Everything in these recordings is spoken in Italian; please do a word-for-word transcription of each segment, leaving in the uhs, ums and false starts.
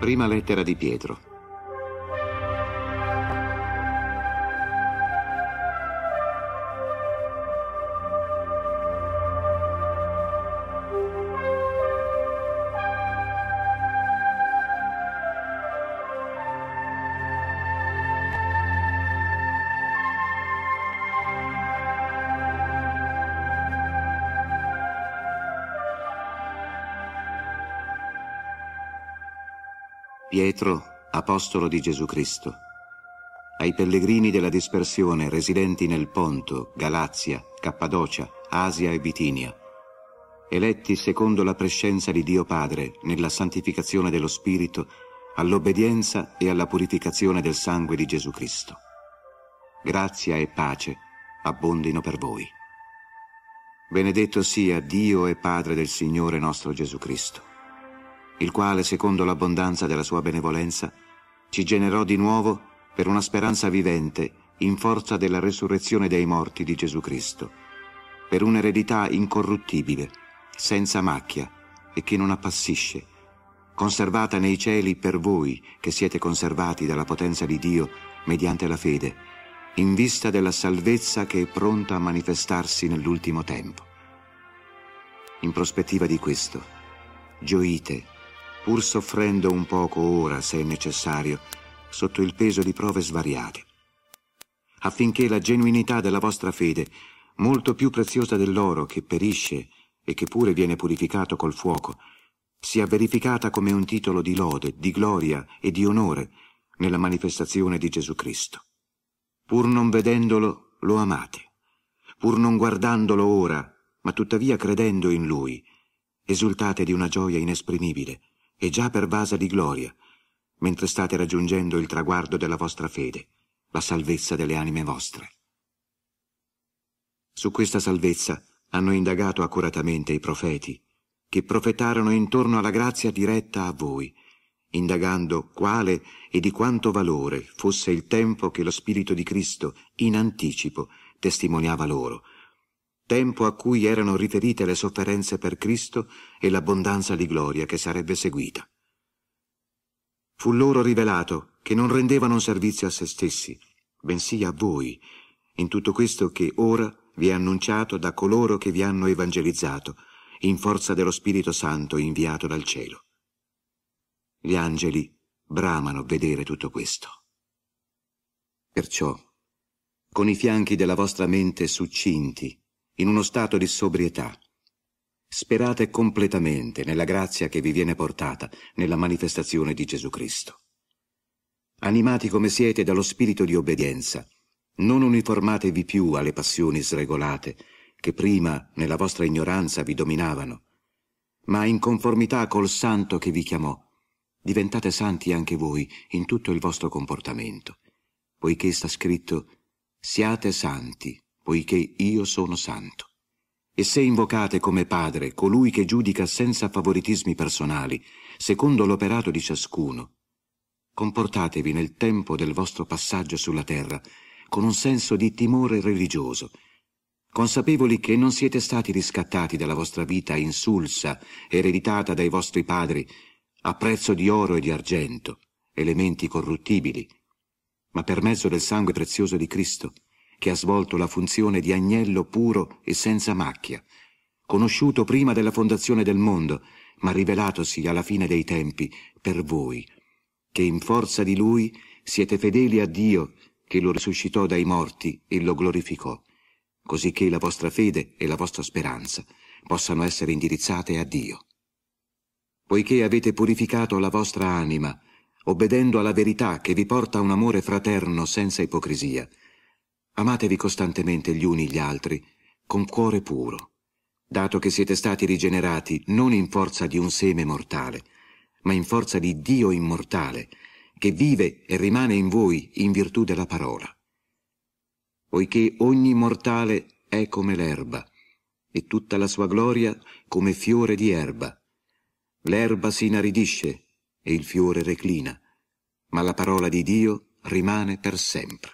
Prima lettera di Pietro. Pietro, apostolo di Gesù Cristo, ai pellegrini della dispersione residenti nel Ponto, Galazia, Cappadocia, Asia e Bitinia, eletti secondo la prescenza di Dio Padre nella santificazione dello Spirito, all'obbedienza e alla purificazione del sangue di Gesù Cristo. Grazia e pace abbondino per voi. Benedetto sia Dio e Padre del Signore nostro Gesù Cristo, il quale, secondo l'abbondanza della sua benevolenza, ci generò di nuovo per una speranza vivente in forza della resurrezione dei morti di Gesù Cristo, per un'eredità incorruttibile, senza macchia e che non appassisce, conservata nei cieli per voi che siete conservati dalla potenza di Dio mediante la fede, in vista della salvezza che è pronta a manifestarsi nell'ultimo tempo. In prospettiva di questo, gioite, pur soffrendo un poco ora, se è necessario, sotto il peso di prove svariate, affinché la genuinità della vostra fede, molto più preziosa dell'oro che perisce e che pure viene purificato col fuoco, sia verificata come un titolo di lode, di gloria e di onore nella manifestazione di Gesù Cristo. Pur non vedendolo, lo amate, pur non guardandolo ora, ma tuttavia credendo in Lui, esultate di una gioia inesprimibile e già pervasa di gloria, mentre state raggiungendo il traguardo della vostra fede, la salvezza delle anime vostre. Su questa salvezza hanno indagato accuratamente i profeti, che profetarono intorno alla grazia diretta a voi, indagando quale e di quanto valore fosse il tempo che lo Spirito di Cristo in anticipo testimoniava loro, tempo a cui erano riferite le sofferenze per Cristo e l'abbondanza di gloria che sarebbe seguita. Fu loro rivelato che non rendevano un servizio a se stessi, bensì a voi, in tutto questo che ora vi è annunciato da coloro che vi hanno evangelizzato, in forza dello Spirito Santo inviato dal cielo. Gli angeli bramano vedere tutto questo. Perciò, con i fianchi della vostra mente succinti, in uno stato di sobrietà, sperate completamente nella grazia che vi viene portata nella manifestazione di Gesù Cristo. Animati come siete dallo spirito di obbedienza, non uniformatevi più alle passioni sregolate che prima nella vostra ignoranza vi dominavano, ma in conformità col Santo che vi chiamò, diventate santi anche voi in tutto il vostro comportamento, poiché sta scritto: siate santi, poiché io sono santo. E se invocate come Padre colui che giudica senza favoritismi personali, secondo l'operato di ciascuno, comportatevi nel tempo del vostro passaggio sulla terra con un senso di timore religioso, consapevoli che non siete stati riscattati dalla vostra vita insulsa, ereditata dai vostri padri, a prezzo di oro e di argento, elementi corruttibili, ma per mezzo del sangue prezioso di Cristo, che ha svolto la funzione di agnello puro e senza macchia, conosciuto prima della fondazione del mondo, ma rivelatosi alla fine dei tempi per voi, che in forza di Lui siete fedeli a Dio, che lo risuscitò dai morti e lo glorificò, così che la vostra fede e la vostra speranza possano essere indirizzate a Dio. Poiché avete purificato la vostra anima, obbedendo alla verità che vi porta a un amore fraterno senza ipocrisia, amatevi costantemente gli uni gli altri con cuore puro, dato che siete stati rigenerati non in forza di un seme mortale, ma in forza di Dio immortale, che vive e rimane in voi in virtù della parola. Poiché ogni mortale è come l'erba, e tutta la sua gloria come fiore di erba. L'erba si inaridisce e il fiore reclina, ma la parola di Dio rimane per sempre.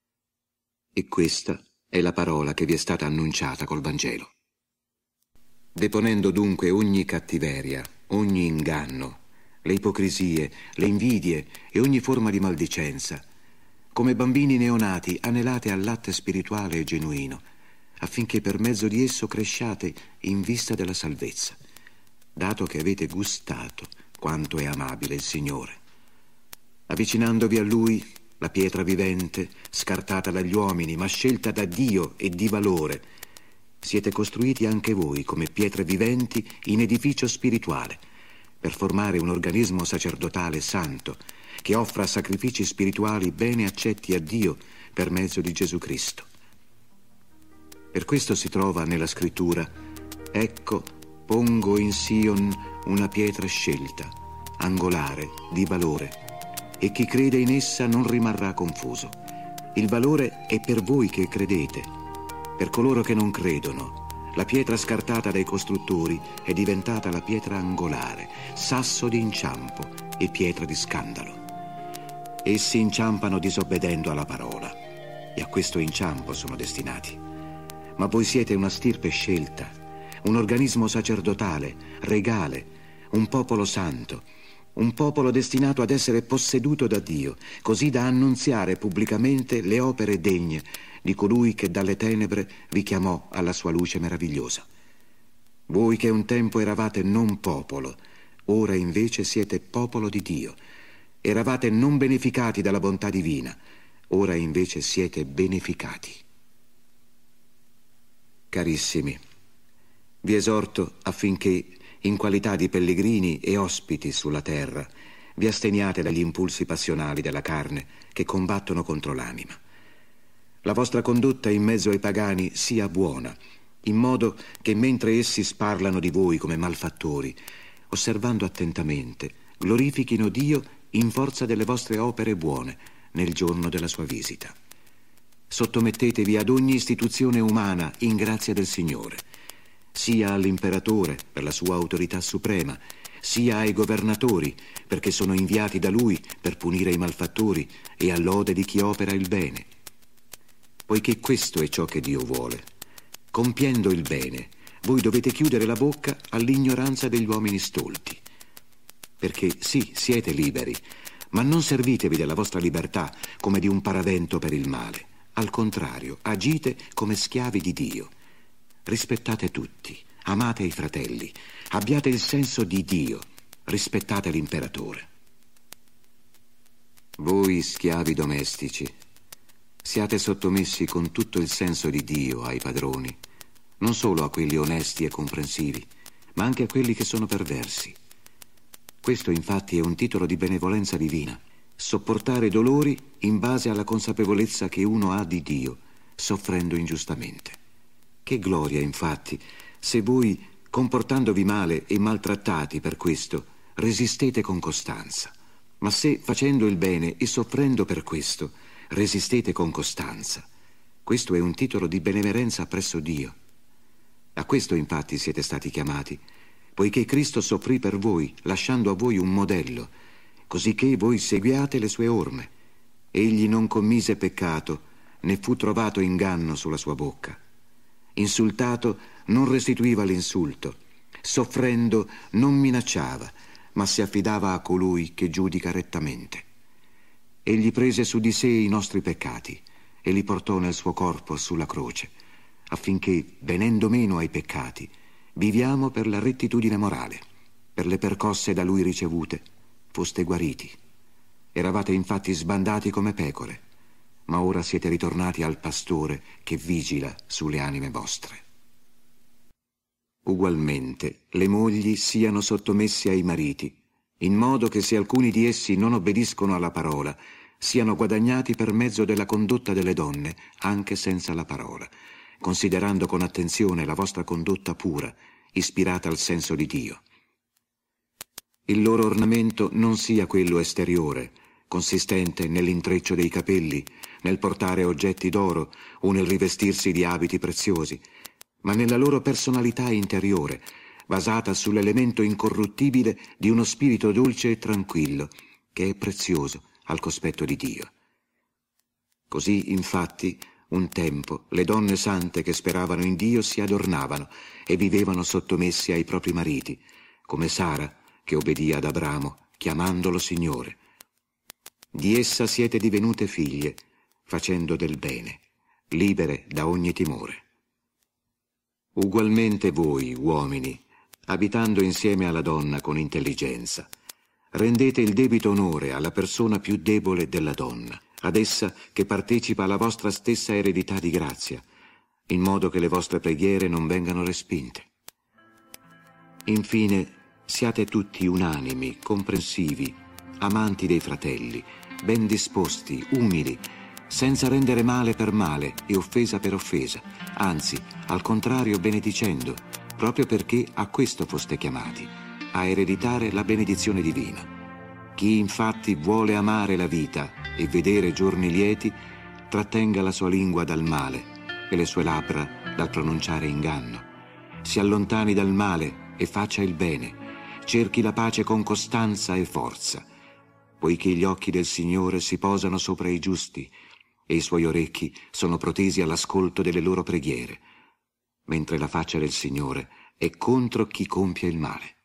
E questa è la parola che vi è stata annunciata col Vangelo. Deponendo dunque ogni cattiveria, ogni inganno, le ipocrisie, le invidie e ogni forma di maldicenza. Come bambini neonati anelate al latte spirituale e genuino, affinché per mezzo di esso cresciate in vista della salvezza, dato che avete gustato quanto è amabile il Signore. Avvicinandovi a Lui, la pietra vivente, scartata dagli uomini, ma scelta da Dio e di valore, siete costruiti anche voi come pietre viventi in edificio spirituale, per formare un organismo sacerdotale santo, che offra sacrifici spirituali bene accetti a Dio per mezzo di Gesù Cristo. Per questo si trova nella scrittura: ecco, pongo in Sion una pietra scelta, angolare, di valore, e chi crede in essa non rimarrà confuso. Il valore è per voi che credete. Per coloro che non credono, la pietra scartata dai costruttori è diventata la pietra angolare, sasso di inciampo e pietra di scandalo. Essi inciampano disobbedendo alla parola, e a questo inciampo sono destinati. Ma voi siete una stirpe scelta, un organismo sacerdotale, regale, un popolo santo, un popolo destinato ad essere posseduto da Dio, così da annunziare pubblicamente le opere degne di colui che dalle tenebre vi chiamò alla sua luce meravigliosa. Voi che un tempo eravate non popolo, ora invece siete popolo di Dio. Eravate non beneficati dalla bontà divina, ora invece siete beneficati. Carissimi, vi esorto affinché, in qualità di pellegrini e ospiti sulla terra, vi asteniate dagli impulsi passionali della carne che combattono contro l'anima. La vostra condotta in mezzo ai pagani sia buona, in modo che mentre essi sparlano di voi come malfattori, osservando attentamente, glorifichino Dio in forza delle vostre opere buone nel giorno della sua visita. Sottomettetevi ad ogni istituzione umana in grazia del Signore, sia all'imperatore per la sua autorità suprema, sia ai governatori perché sono inviati da lui per punire i malfattori e a lode di chi opera il bene. Poiché questo è ciò che Dio vuole. Compiendo il bene, voi dovete chiudere la bocca all'ignoranza degli uomini stolti. Perché sì, siete liberi, ma non servitevi della vostra libertà come di un paravento per il male. Al contrario, agite come schiavi di Dio. Rispettate tutti, amate i fratelli, abbiate il senso di Dio, rispettate l'imperatore. Voi schiavi domestici, siate sottomessi con tutto il senso di Dio ai padroni, non solo a quelli onesti e comprensivi, ma anche a quelli che sono perversi. Questo infatti è un titolo di benevolenza divina, sopportare dolori in base alla consapevolezza che uno ha di Dio, soffrendo ingiustamente. Che gloria, infatti, se voi, comportandovi male e maltrattati per questo, resistete con costanza. Ma se, facendo il bene e soffrendo per questo, resistete con costanza, questo è un titolo di benemerenza presso Dio. A questo infatti siete stati chiamati, poiché Cristo soffrì per voi, lasciando a voi un modello, cosicché voi seguiate le sue orme. Egli non commise peccato, né fu trovato inganno sulla sua bocca. Insultato non restituiva l'insulto, soffrendo non minacciava, ma si affidava a colui che giudica rettamente. Egli prese su di sé i nostri peccati e li portò nel suo corpo sulla croce, affinché, venendo meno ai peccati, viviamo per la rettitudine morale. Per le percosse da lui ricevute, foste guariti. Eravate infatti sbandati come pecore, ma ora siete ritornati al pastore che vigila sulle anime vostre. Ugualmente, le mogli siano sottomesse ai mariti, in modo che se alcuni di essi non obbediscono alla parola, siano guadagnati per mezzo della condotta delle donne, anche senza la parola, considerando con attenzione la vostra condotta pura, ispirata al senso di Dio. Il loro ornamento non sia quello esteriore, consistente nell'intreccio dei capelli, nel portare oggetti d'oro o nel rivestirsi di abiti preziosi, ma nella loro personalità interiore, basata sull'elemento incorruttibile di uno spirito dolce e tranquillo, che è prezioso al cospetto di Dio. Così, infatti, un tempo le donne sante che speravano in Dio si adornavano e vivevano sottomessi ai propri mariti, come Sara, che obbedì ad Abramo, chiamandolo Signore. Di essa siete divenute figlie, facendo del bene, libere da ogni timore. Ugualmente voi, uomini, abitando insieme alla donna con intelligenza, rendete il debito onore alla persona più debole della donna, ad essa che partecipa alla vostra stessa eredità di grazia, in modo che le vostre preghiere non vengano respinte. Infine, siate tutti unanimi, comprensivi, amanti dei fratelli, ben disposti, umili, senza rendere male per male e offesa per offesa, anzi, al contrario benedicendo, proprio perché a questo foste chiamati, a ereditare la benedizione divina. Chi infatti vuole amare la vita e vedere giorni lieti, trattenga la sua lingua dal male e le sue labbra dal pronunciare inganno. Si allontani dal male e faccia il bene, cerchi la pace con costanza e forza, poiché gli occhi del Signore si posano sopra i giusti e i suoi orecchi sono protesi all'ascolto delle loro preghiere, mentre la faccia del Signore è contro chi compie il male.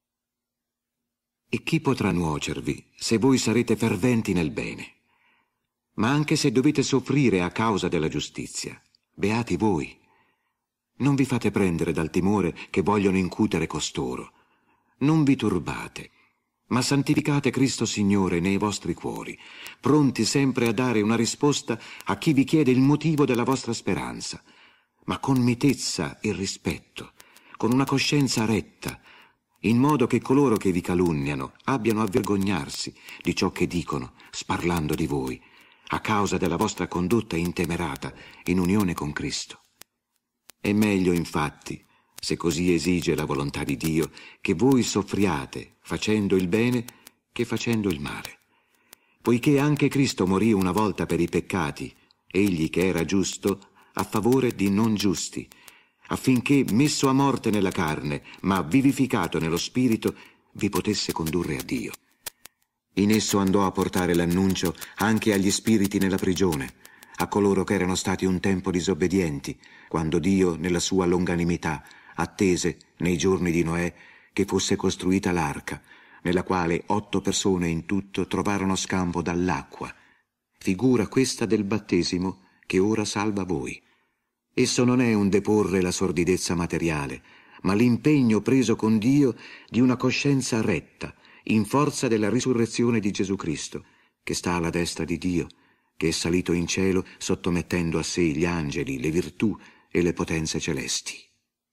E chi potrà nuocervi se voi sarete ferventi nel bene? Ma anche se dovete soffrire a causa della giustizia, beati voi. Non vi fate prendere dal timore che vogliono incutere costoro. Non vi turbate, ma santificate Cristo Signore nei vostri cuori, pronti sempre a dare una risposta a chi vi chiede il motivo della vostra speranza, ma con mitezza e rispetto, con una coscienza retta, in modo che coloro che vi calunniano abbiano a vergognarsi di ciò che dicono, sparlando di voi, a causa della vostra condotta intemerata in unione con Cristo. È meglio, infatti, se così esige la volontà di Dio, che voi soffriate facendo il bene che facendo il male. Poiché anche Cristo morì una volta per i peccati, egli che era giusto, a favore di non giusti, affinché, messo a morte nella carne, ma vivificato nello spirito, vi potesse condurre a Dio. In esso andò a portare l'annuncio anche agli spiriti nella prigione, a coloro che erano stati un tempo disobbedienti, quando Dio, nella sua longanimità, attese, nei giorni di Noè, che fosse costruita l'arca, nella quale otto persone in tutto trovarono scampo dall'acqua, figura questa del battesimo che ora salva voi. Esso non è un deporre la sordidezza materiale, ma l'impegno preso con Dio di una coscienza retta, in forza della risurrezione di Gesù Cristo, che sta alla destra di Dio, che è salito in cielo sottomettendo a sé gli angeli, le virtù e le potenze celesti.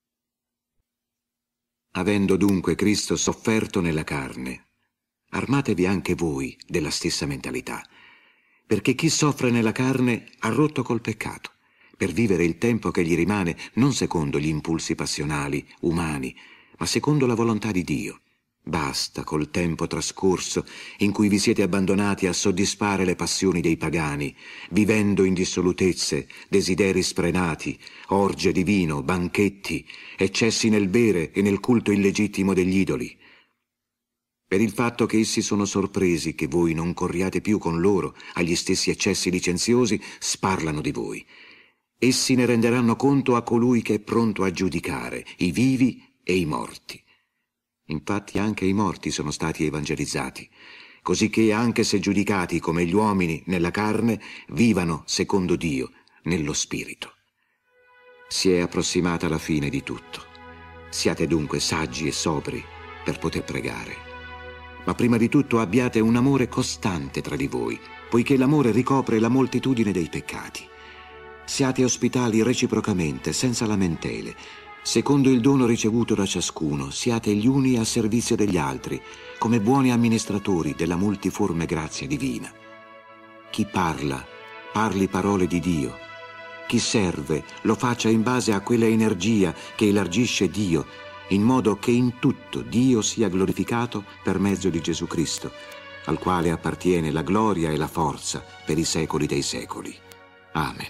Avendo dunque Cristo sofferto nella carne, armatevi anche voi della stessa mentalità, perché chi soffre nella carne ha rotto col peccato, per vivere il tempo che gli rimane non secondo gli impulsi passionali, umani, ma secondo la volontà di Dio. Basta col tempo trascorso in cui vi siete abbandonati a soddisfare le passioni dei pagani, vivendo in dissolutezze, desideri sfrenati, orge di vino, banchetti, eccessi nel bere e nel culto illegittimo degli idoli. Per il fatto che essi sono sorpresi che voi non corriate più con loro agli stessi eccessi licenziosi, sparlano di voi. Essi ne renderanno conto a colui che è pronto a giudicare i vivi e i morti. Infatti anche i morti sono stati evangelizzati, cosicché anche se giudicati come gli uomini nella carne, vivano secondo Dio nello spirito. Si è approssimata la fine di tutto. Siate dunque saggi e sobri per poter pregare. Ma prima di tutto abbiate un amore costante tra di voi, poiché l'amore ricopre la moltitudine dei peccati. Siate ospitali reciprocamente, senza lamentele. Secondo il dono ricevuto da ciascuno, siate gli uni a servizio degli altri, come buoni amministratori della multiforme grazia divina. Chi parla, parli parole di Dio. Chi serve, lo faccia in base a quella energia che elargisce Dio, in modo che in tutto Dio sia glorificato per mezzo di Gesù Cristo, al quale appartiene la gloria e la forza per i secoli dei secoli. Amen.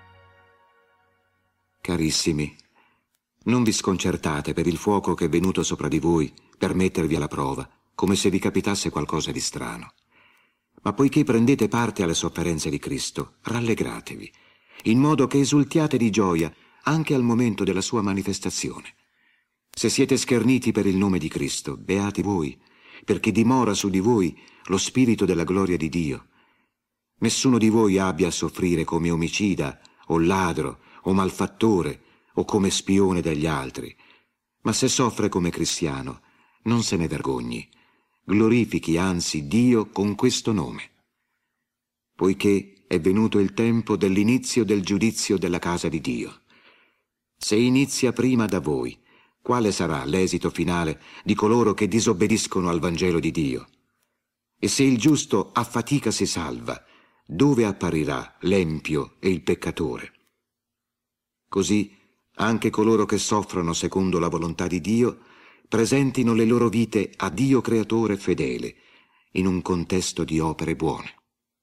Carissimi, non vi sconcertate per il fuoco che è venuto sopra di voi per mettervi alla prova, come se vi capitasse qualcosa di strano. Ma poiché prendete parte alle sofferenze di Cristo, rallegratevi, in modo che esultiate di gioia anche al momento della sua manifestazione. Se siete scherniti per il nome di Cristo, beati voi, perché dimora su di voi lo spirito della gloria di Dio. Nessuno di voi abbia a soffrire come omicida, o ladro, o malfattore, o come spione degli altri, ma se soffre come cristiano, non se ne vergogni, glorifichi anzi Dio con questo nome, poiché è venuto il tempo dell'inizio del giudizio della casa di Dio. Se inizia prima da voi, quale sarà l'esito finale di coloro che disobbediscono al Vangelo di Dio? E se il giusto a fatica si salva, dove apparirà l'empio e il peccatore? Così anche coloro che soffrono secondo la volontà di Dio presentino le loro vite a Dio creatore fedele, in un contesto di opere buone.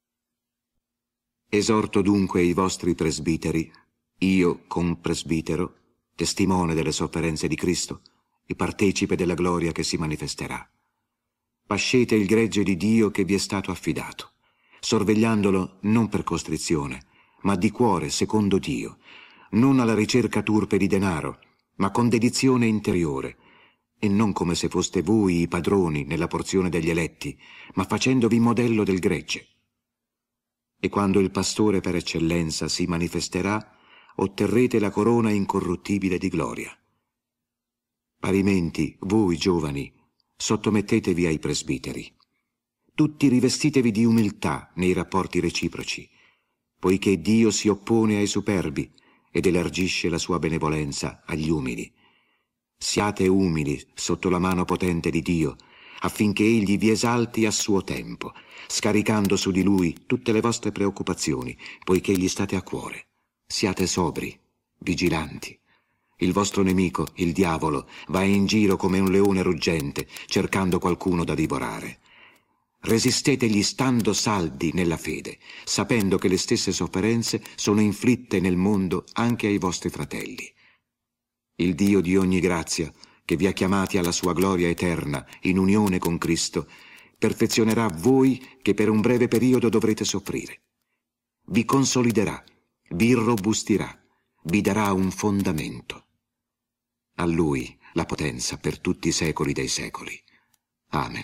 Esorto dunque i vostri presbiteri, io con presbitero, testimone delle sofferenze di Cristo e partecipe della gloria che si manifesterà. Pascete il gregge di Dio che vi è stato affidato, sorvegliandolo non per costrizione, ma di cuore secondo Dio, non alla ricerca turpe di denaro, ma con dedizione interiore, e non come se foste voi i padroni nella porzione degli eletti, ma facendovi modello del gregge. E quando il pastore per eccellenza si manifesterà, otterrete la corona incorruttibile di gloria. Parimenti, voi giovani, sottomettetevi ai presbiteri. Tutti rivestitevi di umiltà nei rapporti reciproci, poiché Dio si oppone ai superbi ed elargisce la sua benevolenza agli umili. Siate umili sotto la mano potente di Dio, affinché Egli vi esalti a suo tempo, scaricando su di Lui tutte le vostre preoccupazioni, poiché gli state a cuore. Siate sobri, vigilanti. Il vostro nemico, il diavolo, va in giro come un leone ruggente, cercando qualcuno da divorare. Resistetegli stando saldi nella fede, sapendo che le stesse sofferenze sono inflitte nel mondo anche ai vostri fratelli. Il Dio di ogni grazia, che vi ha chiamati alla sua gloria eterna in unione con Cristo, perfezionerà voi che per un breve periodo dovrete soffrire. Vi consoliderà, vi irrobustirà, vi darà un fondamento. A Lui la potenza per tutti i secoli dei secoli. Amen.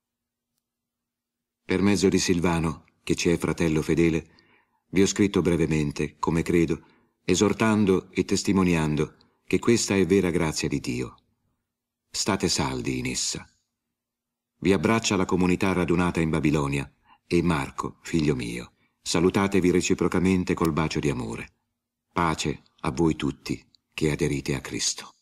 Per mezzo di Silvano, che ci è fratello fedele, vi ho scritto brevemente, come credo, esortando e testimoniando che questa è vera grazia di Dio. State saldi in essa. Vi abbraccia la comunità radunata in Babilonia e Marco, figlio mio. Salutatevi reciprocamente col bacio di amore. Pace a voi tutti che aderite a Cristo.